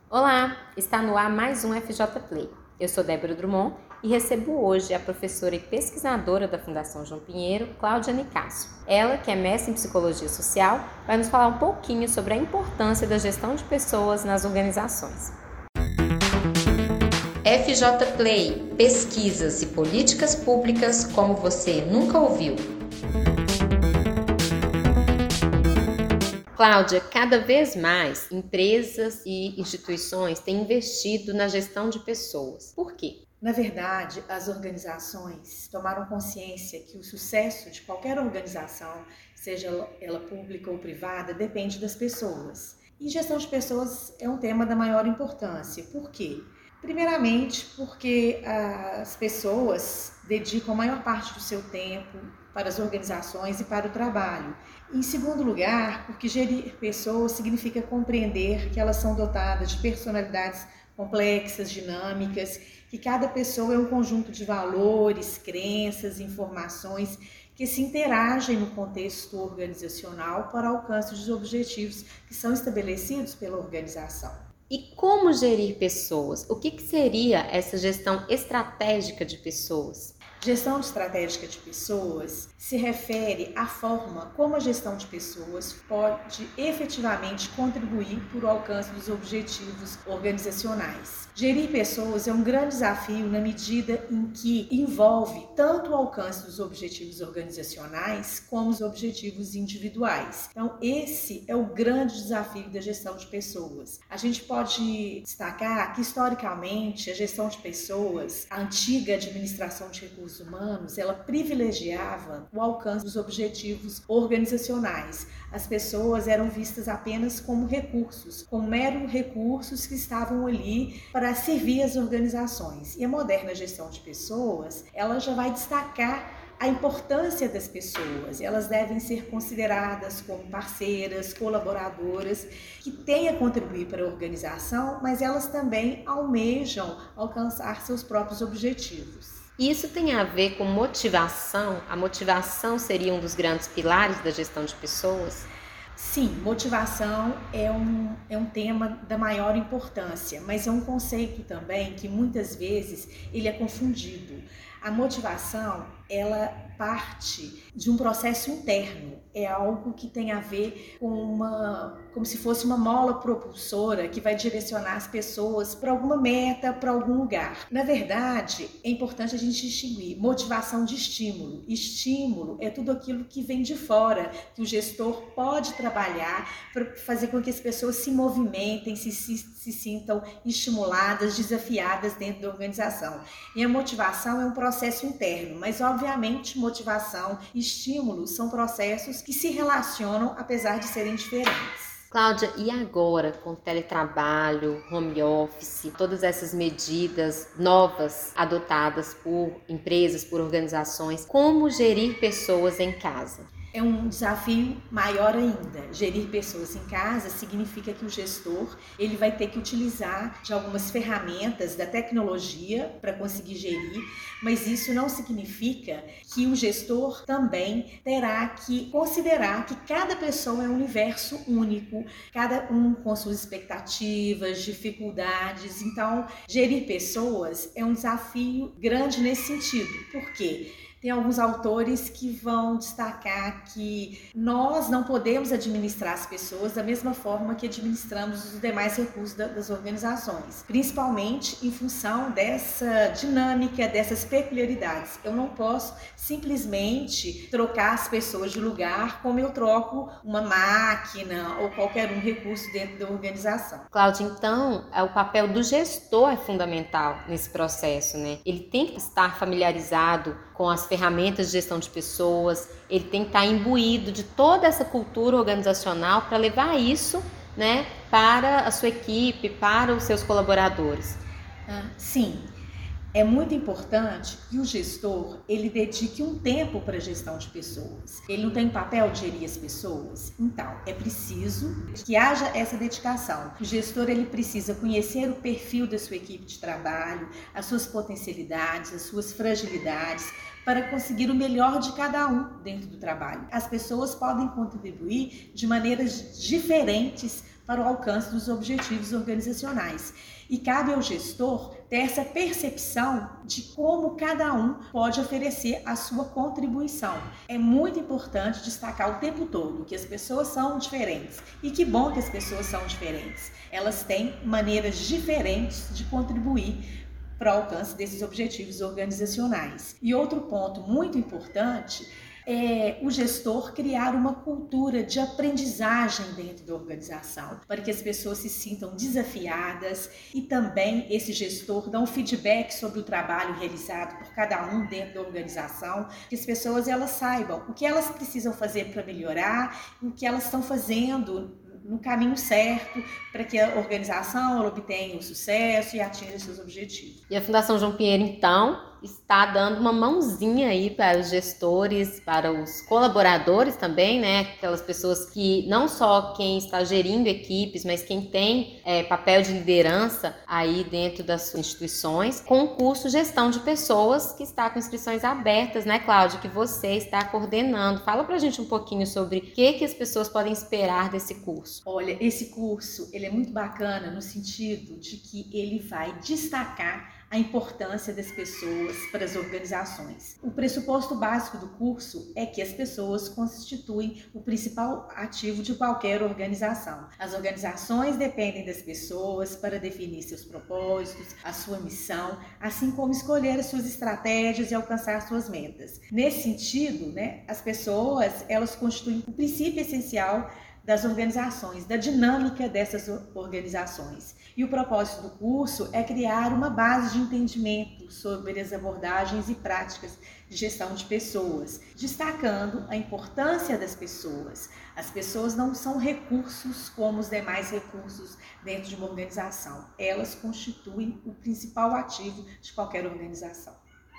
Olá, está no ar mais um FJ Play. Eu sou Débora Drummond e recebo hoje a professora e pesquisadora da Fundação João Pinheiro, Cláudia Nicásio. Ela, que é mestre em Psicologia Social, vai nos falar um pouquinho sobre a importância da gestão de pessoas nas organizações. FJ Play, pesquisas e políticas públicas como você nunca ouviu. Cláudia, cada vez mais empresas e instituições têm investido na gestão de pessoas. Por quê? Na verdade, as organizações tomaram consciência que o sucesso de qualquer organização, seja ela pública ou privada, depende das pessoas. E gestão de pessoas é um tema da maior importância. Por quê? Primeiramente, porque as pessoas dedicam a maior parte do seu tempo para as organizações e para o trabalho. Em segundo lugar, porque gerir pessoas significa compreender que elas são dotadas de personalidades complexas, dinâmicas, que cada pessoa é um conjunto de valores, crenças, informações que se interagem no contexto organizacional para alcance dos objetivos que são estabelecidos pela organização. E como gerir pessoas? O que seria essa gestão estratégica de pessoas? Gestão estratégica de pessoas se refere à forma como a gestão de pessoas pode efetivamente contribuir para o alcance dos objetivos organizacionais. Gerir pessoas é um grande desafio na medida em que envolve tanto o alcance dos objetivos organizacionais como os objetivos individuais. Então, esse é o grande desafio da gestão de pessoas. A gente pode destacar que, historicamente, a gestão de pessoas, a antiga administração de recursos humanos, ela privilegiava o alcance dos objetivos organizacionais. As pessoas eram vistas apenas como recursos, como meros recursos que estavam ali para servir as organizações. E a moderna gestão de pessoas, ela já vai destacar a importância das pessoas. Elas devem ser consideradas como parceiras, colaboradoras, que têm a contribuir para a organização, mas elas também almejam alcançar seus próprios objetivos. Isso tem a ver com motivação? A motivação seria um dos grandes pilares da gestão de pessoas? Sim, motivação é um tema da maior importância, mas é um conceito também que muitas vezes ele é confundido. A motivação, ela parte de um processo interno, é algo que tem a ver com como se fosse uma mola propulsora que vai direcionar as pessoas para alguma meta, para algum lugar. Na verdade, é importante a gente distinguir motivação de estímulo. Estímulo é tudo aquilo que vem de fora, que o gestor pode trabalhar para fazer com que as pessoas se movimentem, se sintam estimuladas, desafiadas dentro da organização. E a motivação é um processo interno, mas obviamente motivação e estímulo são processos que se relacionam apesar de serem diferentes. Cláudia, e agora com teletrabalho, home office, todas essas medidas novas adotadas por empresas, por organizações, como gerir pessoas em casa? É um desafio maior ainda. Gerir pessoas em casa significa que o gestor ele vai ter que utilizar de algumas ferramentas da tecnologia para conseguir gerir, mas isso não significa que o gestor também terá que considerar que cada pessoa é um universo único, cada um com suas expectativas, dificuldades. Então, gerir pessoas é um desafio grande nesse sentido. Por quê? Tem alguns autores que vão destacar que nós não podemos administrar as pessoas da mesma forma que administramos os demais recursos das organizações, principalmente em função dessa dinâmica, dessas peculiaridades. Eu não posso simplesmente trocar as pessoas de lugar como eu troco uma máquina ou qualquer recurso dentro da organização. Cláudia, então, o papel do gestor é fundamental nesse processo, né? Ele tem que estar familiarizado com as ferramentas de gestão de pessoas, ele tem que estar imbuído de toda essa cultura organizacional para levar isso, né, para a sua equipe, para os seus colaboradores. Sim, é muito importante que o gestor ele dedique um tempo para a gestão de pessoas. Ele não tem papel de gerir as pessoas, então é preciso que haja essa dedicação. O gestor ele precisa conhecer o perfil da sua equipe de trabalho, as suas potencialidades, as suas fragilidades, para conseguir o melhor de cada um dentro do trabalho. As pessoas podem contribuir de maneiras diferentes para o alcance dos objetivos organizacionais. E cabe ao gestor ter essa percepção de como cada um pode oferecer a sua contribuição. É muito importante destacar o tempo todo que as pessoas são diferentes. E que bom que as pessoas são diferentes. Elas têm maneiras diferentes de contribuir para o alcance desses objetivos organizacionais. E outro ponto muito importante é o gestor criar uma cultura de aprendizagem dentro da organização, para que as pessoas se sintam desafiadas e também esse gestor dá um feedback sobre o trabalho realizado por cada um dentro da organização, que as pessoas elas saibam o que elas precisam fazer para melhorar, o que elas estão fazendo no caminho certo para que a organização ela obtenha o sucesso e atinja seus objetivos. E a Fundação João Pinheiro, então, está dando uma mãozinha aí para os gestores, para os colaboradores também, né? Aquelas pessoas que não só quem está gerindo equipes, mas quem tem papel de liderança aí dentro das suas instituições, com o curso Gestão de Pessoas, que está com inscrições abertas, né, Cláudia, que você está coordenando. Fala pra gente um pouquinho sobre o que as pessoas podem esperar desse curso. Olha, esse curso, ele é muito bacana no sentido de que ele vai destacar a importância das pessoas para as organizações. O pressuposto básico do curso é que as pessoas constituem o principal ativo de qualquer organização. As organizações dependem das pessoas para definir seus propósitos, a sua missão, assim como escolher as suas estratégias e alcançar suas metas. Nesse sentido, as pessoas, elas constituem o princípio essencial das organizações, da dinâmica dessas organizações. E o propósito do curso é criar uma base de entendimento sobre as abordagens e práticas de gestão de pessoas, destacando a importância das pessoas. As pessoas não são recursos como os demais recursos dentro de uma organização. Elas constituem o principal ativo de qualquer organização.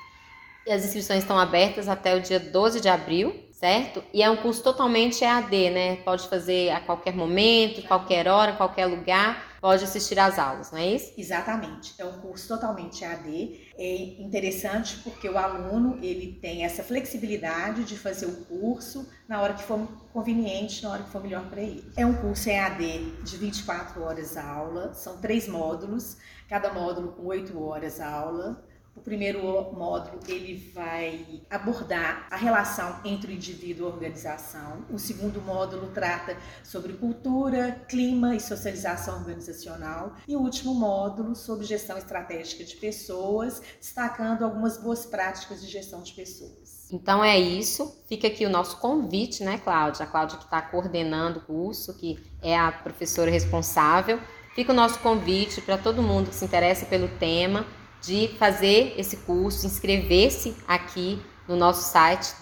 E as inscrições estão abertas até o dia 12 de abril, certo? E é um curso totalmente EAD, né? Pode fazer a qualquer momento, qualquer hora, qualquer lugar, pode assistir às aulas, não é isso? Exatamente, é um curso totalmente EAD. É interessante porque o aluno ele tem essa flexibilidade de fazer o curso na hora que for conveniente, na hora que for melhor para ele. É um curso EAD de 24 horas a aula, são 3 módulos, cada módulo com 8 horas a aula. O primeiro módulo ele vai abordar a relação entre o indivíduo e a organização. O segundo módulo trata sobre cultura, clima e socialização organizacional. E o último módulo sobre gestão estratégica de pessoas, destacando algumas boas práticas de gestão de pessoas. Então é isso. Fica aqui o nosso convite, né, Cláudia? A Cláudia que está coordenando o curso, que é a professora responsável. Fica o nosso convite para todo mundo que se interessa pelo tema, de fazer esse curso, inscrever-se aqui no nosso site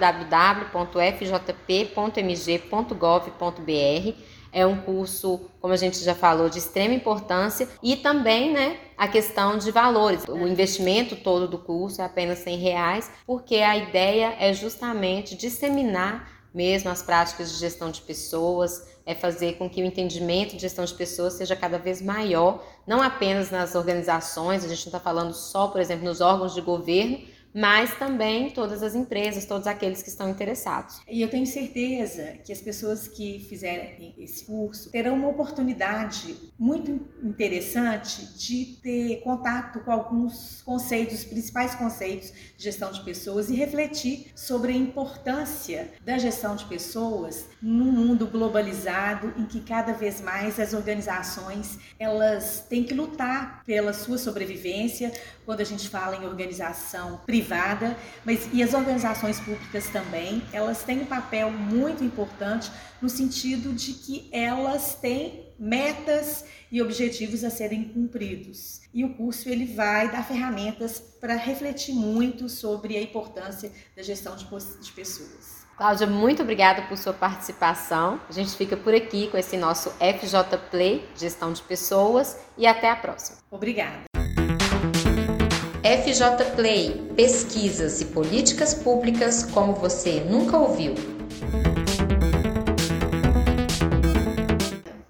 www.fjp.mg.gov.br. É um curso, como a gente já falou, de extrema importância e também, a questão de valores. O investimento todo do curso é apenas R$100, porque a ideia é justamente disseminar mesmo as práticas de gestão de pessoas, é fazer com que o entendimento de gestão de pessoas seja cada vez maior, não apenas nas organizações, a gente não está falando só, por exemplo, nos órgãos de governo, mas também todas as empresas, todos aqueles que estão interessados. E eu tenho certeza que as pessoas que fizerem esse curso terão uma oportunidade muito interessante de ter contato com alguns conceitos, os principais conceitos de gestão de pessoas e refletir sobre a importância da gestão de pessoas num mundo globalizado em que cada vez mais as organizações elas têm que lutar pela sua sobrevivência. Quando a gente fala em organização privada, e as organizações públicas também, elas têm um papel muito importante no sentido de que elas têm metas e objetivos a serem cumpridos. E o curso ele vai dar ferramentas para refletir muito sobre a importância da gestão de pessoas. Cláudia, muito obrigada por sua participação. A gente fica por aqui com esse nosso FJ Play, Gestão de Pessoas, e até a próxima. Obrigada. FJ Play, pesquisas e políticas públicas como você nunca ouviu.